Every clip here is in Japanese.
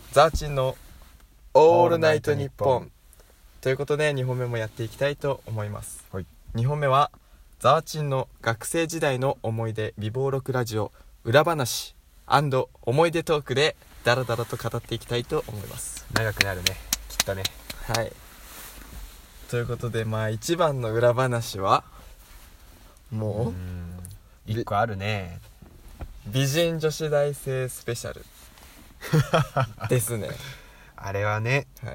ザーチンのオールナイトニッポンということで2本目もやっていきたいと思います、 はい、 2本目はザーチンの学生時代の思い出美貌録ラジオ裏話&思い出トークでダラダラと語っていきたいと思います。 長くなるねきっとね。 はい、ということで一番の裏話はもう 1個あるね。 美人女子大生スペシャルですねあれはね、 はい、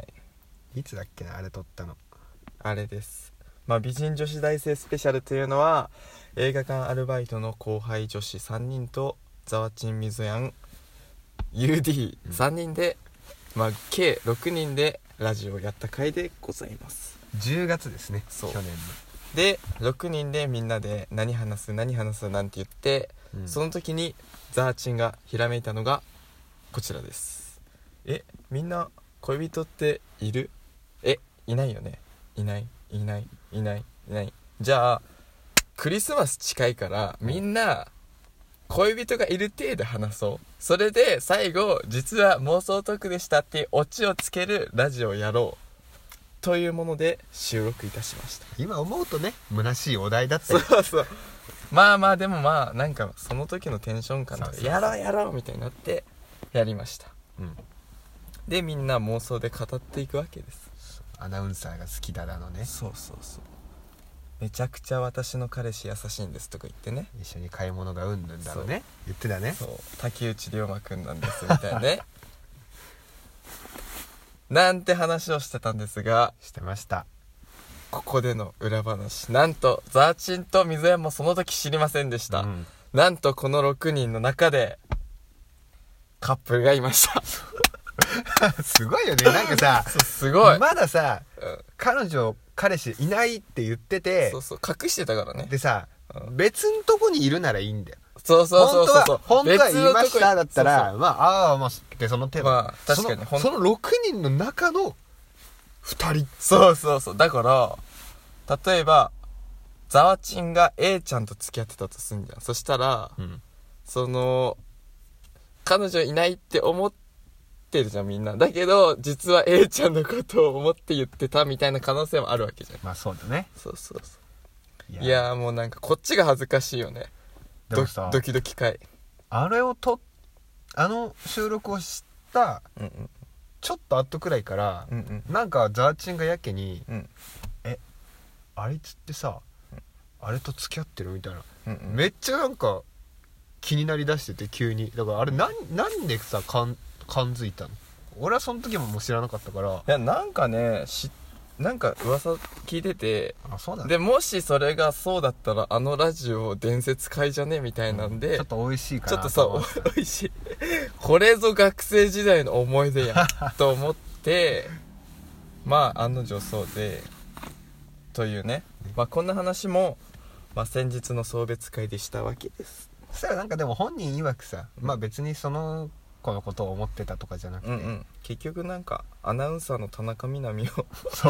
いつだっけな、あれ撮ったの。 あれです。美人女子大生スペシャルというのは映画館アルバイトの後輩女子3人とザワチンみぞやん UD3 人で、計6人でラジオをやった回でございます。 10月ですね、 そう去年の。 で6人でみんなで何話すなんて言って、その時にザーチンがひらめいたのがこちらです。みんな恋人っている？いないよね。いないじゃあクリスマス近いからみんな恋人がいる体で話そう。それで最後実は妄想トークでしたっていうオチをつけるラジオをやろうというもので収録いたしました。 今思うとね、虚しいお題だったよ。 そうでもなんかその時のテンション感でやろうみたいになってやりました、でみんな妄想で語っていくわけです。 アナウンサーが好きだのね。 そうめちゃくちゃ私の彼氏優しいんですとか言ってね、 一緒に買い物がうんぬんだろうね、言ってたね。 そう竹内涼真くんなんですみたいなねなんて話をしてたんですが、 してました。 ここでの裏話、なんとザーチンと水谷もその時知りませんでした、なんとこの6人の中でカップルがいましたすごいよね。なんかさすごいまださ、彼女彼氏いないって言ってて、 隠してたからね。 でさ、別んとこにいるならいいんだよ。 そう本当は言いましただったらでその手は、 確かにその6人の中の2人。 そうだから例えばザワチンが A ちゃんと付き合ってたとすんじゃん。そしたら、その彼女いないって思ってるじゃんみんな。だけど実は A ちゃんのことを思って言ってたみたいな可能性もあるわけじゃん。 そうだね。 そういやもうなんかこっちが恥ずかしいよね。ドキドキ回。あの収録をした、ちょっと後くらいから、なんかザーチンがやけに、あいつってさ、あれと付き合ってるみたいな、めっちゃなんか気になりだしてて急に。だからあれなんでさ感づいたの？俺はその時も知らなかったから。 いやなんかねなんか噂聞いてて、 そうだね。 でもしそれがそうだったらあのラジオ伝説会じゃねみたいなんで、 ちょっと美味しいかなちょっとさ美味しいこれぞ学生時代の思い出やと思って案の定そうでというね、こんな話も、先日の送別会でしたわけです。 そしたらなんかでも本人曰くさ、別にその子のことを思ってたとかじゃなくて、 結局なんかアナウンサーの田中みな実を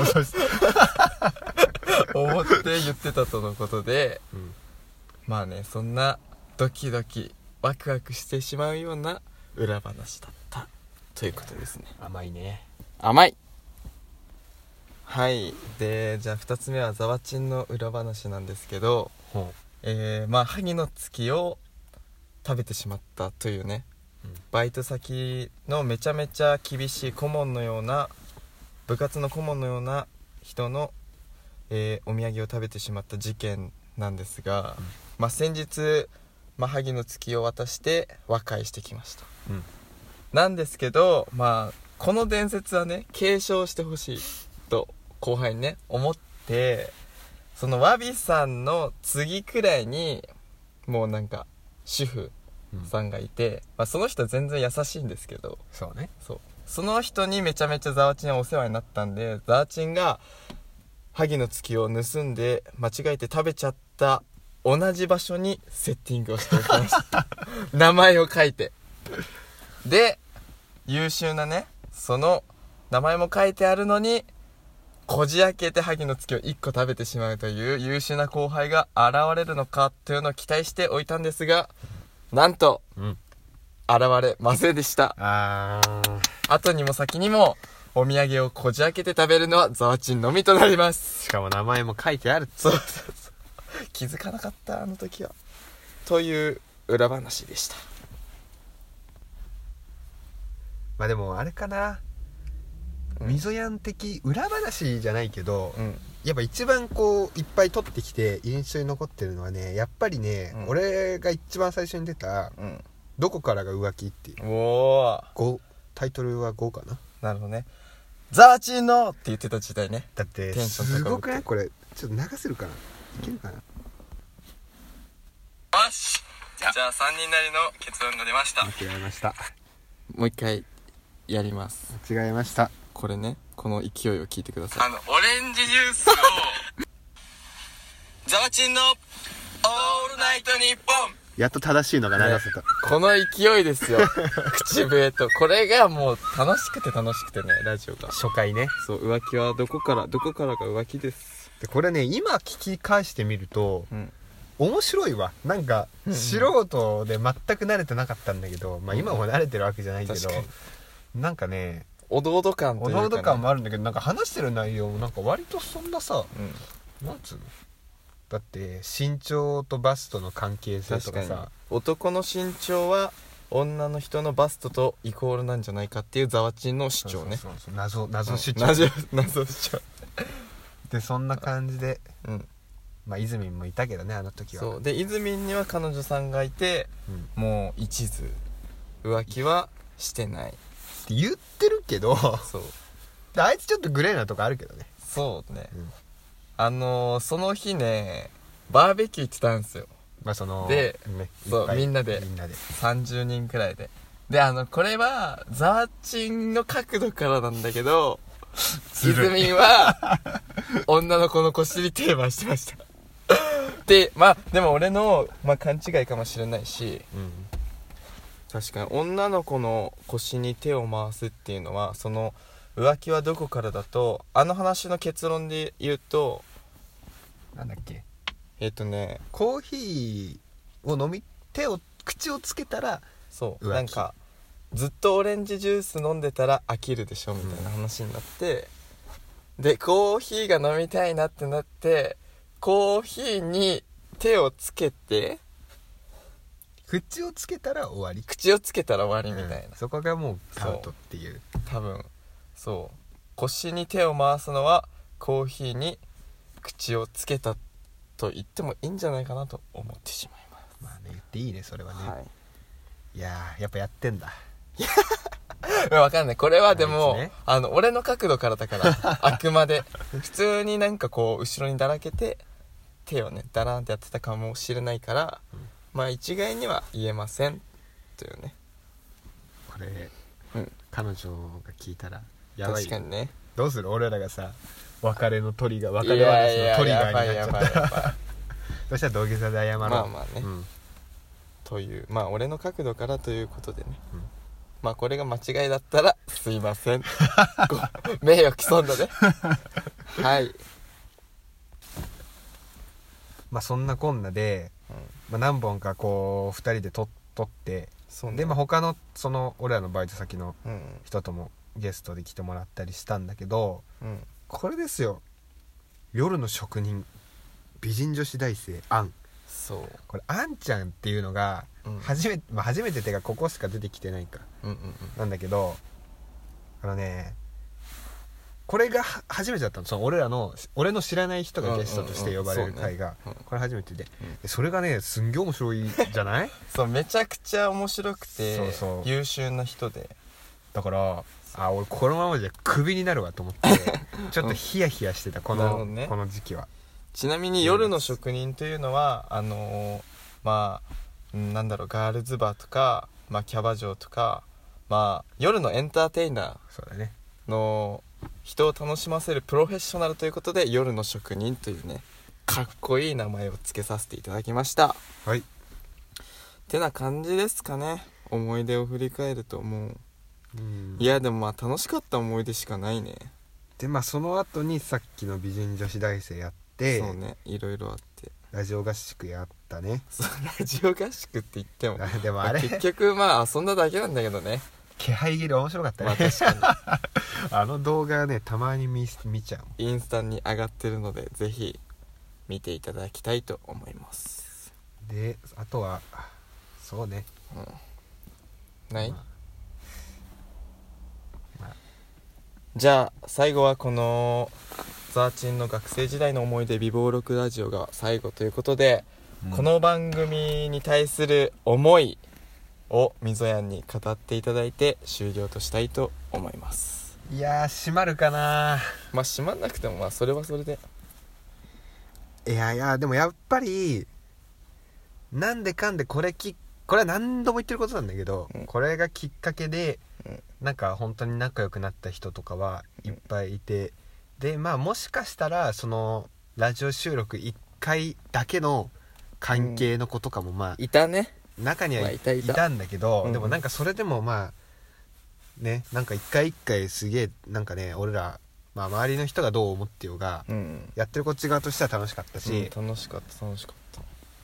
思って言ってたとのことで、そんなドキドキワクワクしてしまうような裏話だったということですね。 甘いね。 甘い。はい。でじゃあ2つ目はザワチンの裏話なんですけど、萩の月を食べてしまったというね、バイト先のめちゃめちゃ厳しい顧問のような部活の顧問のような人の、お土産を食べてしまった事件なんですが、先日、萩の月を渡して和解してきました、なんですけどこの伝説はね継承してほしいと後輩にね思って、そのわびさんの次くらいにもうなんか主婦さんがいて、その人は全然優しいんですけど、その人にめちゃめちゃザワチンはお世話になったんで、ザワチンが萩の月を盗んで間違えて食べちゃった同じ場所にセッティングをしておきました名前を書いて。で優秀なね、その名前も書いてあるのにこじ開けて萩の月を1個食べてしまうという優秀な後輩が現れるのかというのを期待しておいたんですが、なんと、 現れませんでした。後にも先にもお土産をこじ開けて食べるのはザワチンのみとなります。 しかも名前も書いてある。 そう気づかなかったあの時は。という裏話でした。 まあでもあれかな、みぞやん的裏話じゃないけど、やっぱ一番こういっぱい撮ってきて印象に残ってるのはね、やっぱりね、俺が一番最初に出た、どこからが浮気っていう、タイトルは5かな。 なるほどね。ザワチンのって言ってた時代ね。 だってすごくない？これちょっと流せるかな、いけるかな。よし、じゃあ3人なりの結論が出ました。 間違えました。 もう一回やります。 間違えました。 これね、この勢いを聞いてください。オレンジジュースをザワチンのオールナイトニッポン、 やっと正しいのが流せた、 この勢いですよ口笛と。これがもう楽しくてね、ラジオが初回ね。 そう、浮気はどこからが浮気です。 でこれね、今聞き返してみると、面白いわ。なんか素人で全く慣れてなかったんだけど、まあ今も慣れてるわけじゃないけど、なんかね、 おどおど感というか、ね、 おどおど感もあるんだけど、なんか話してる内容もなんか割とそんなさ、なんつうの、だって身長とバストの関係性とかさ、 男の身長は女の人のバストとイコールなんじゃないかっていうザワチンの主張ね。 そう謎主張、 謎主張でそんな感じで、まあイズミンもいたけどね、あの時は。 そうで、イズミンには彼女さんがいて、もう一途浮気はしてないって言ってるけど、 そうであいつちょっとグレーなとこあるけどね。 そうね、その日ね、バーベキュー行ってたんですよ。 まあそので、そうみんなで30人くらいで、これはザワチンの角度からなんだけど、イズミンは女の子の腰に手を回してましたで、まあでも俺の、勘違いかもしれないし、確かに女の子の腰に手を回すっていうのは、その浮気はどこからだと、あの話の結論で言うと、 なんだっけ、 コーヒーを口をつけたら、 そうなんかずっとオレンジジュース飲んでたら飽きるでしょみたいな話になって、でコーヒーが飲みたいなってなって、コーヒーに手をつけて、 口をつけたら終わりみたいな、 そこがもうアウトっていう。 多分そう腰に手を回すのはコーヒーに口をつけたと言ってもいいんじゃないかなと思ってしまいます。 まあね、言っていいね、それはね。いやー、やっぱやってんだわかんない。これはでも、俺の角度からだからあくまで普通になんかこう後ろにだらけて手をねダラーンってやってたかもしれないから、まあ一概には言えませんというね。 これ、彼女が聞いたらやばい。 確かにね。 どうする、俺らがさ、別れ話のトリガーになっちゃったらそしたら土下座で謝ろう。 まあまあね、という、まあ俺の角度からということでね、まあこれが間違いだったらすいません名誉毀損だねはい。 まあそんなこんなで、何本かこう2人で撮って、でまあ他のその俺らのバイト先の人ともゲストで来てもらったりしたんだけど、これですよ、夜の職人美人女子大生アン。 そう、 これアンちゃんっていうのが初めててかここしか出てきてないか、なんだけど、これが初めてだったの。その俺の知らない人がゲストとして呼ばれる回がこれ初めてで、それがねすんげえ面白いじゃないそう、めちゃくちゃ面白くて優秀な人で、 だから俺このままじゃクビになるわと思ってちょっとヒヤヒヤしてた、この時期は。 ちなみに夜の職人というのはまあなんだろう、ガールズバーとか、キャバ嬢とか、夜のエンターテイナーの人を楽しませるプロフェッショナルということで、夜の職人というねかっこいい名前を付けさせていただきました。 はい。 ってな感じですかね。思い出を振り返るともう、いやでも楽しかった思い出しかないね。 でその後にさっきの美人女子大生やって、 そうね、いろいろあってラジオ合宿やったったね。 ラジオ合宿って言ってもでもあれ、 結局まあ遊んだだけなんだけどね。 気配切り面白かったね、 まあ確かあの動画ねたまに見ちゃうもん。 にインスタに上がってるのでぜひ見ていただきたいと思います。 であとはそうね、 ない、 まあじゃあ最後はこのザーチンの学生時代の思い出美貌録ラジオが最後ということで、この番組に対する思いをみぞやんに語っていただいて終了としたいと思います。 いやー閉まるかな。 まあ閉まんなくてもまあそれはそれで、 いやでもやっぱりなんでかんでこれは何度も言ってることなんだけど、これがきっかけで、なんか本当に仲良くなった人とかはいっぱいいて、でまあもしかしたらそのラジオ収録1回だけの関係の子とかもまあいたね、 中にはいたんだけど、でもなんかそれでもまあね、なんか一回一回すげえなんかね、俺らまあ周りの人がどう思ってようが、やってるこっち側としては楽しかったし、 楽しかった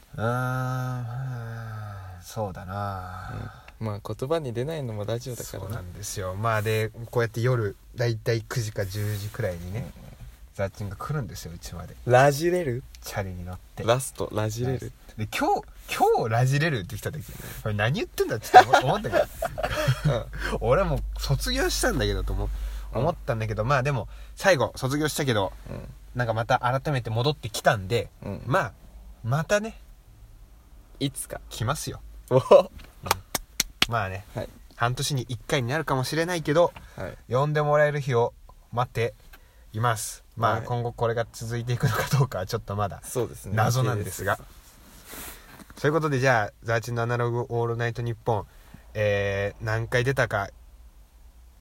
そうだな、 まあ言葉に出ないのもラジオだからね。 そうなんですよ。まあでこうやって夜だいたい9時か10時くらいにね、ザーチンが来るんですよ、うちまで。 ラジレルチャリに乗ってラストラジレルで、今日ラジレルって来た時、これ何言ってんだってちょっと思ったけど俺もう卒業したんだけどと思ったんだけど、まあでも最後卒業したけど、なんかまた改めて戻ってきたんで、またねいつか来ますよ。 おまあね、 はい、 半年に1回になるかもしれないけど、 はい、 呼んでもらえる日を待っています。まあ、 はい、 今後これが続いていくのかどうかはちょっとまだ謎なんですが、そういうことで、じゃあザーチンのアナログオールナイトニッポン、何回出たか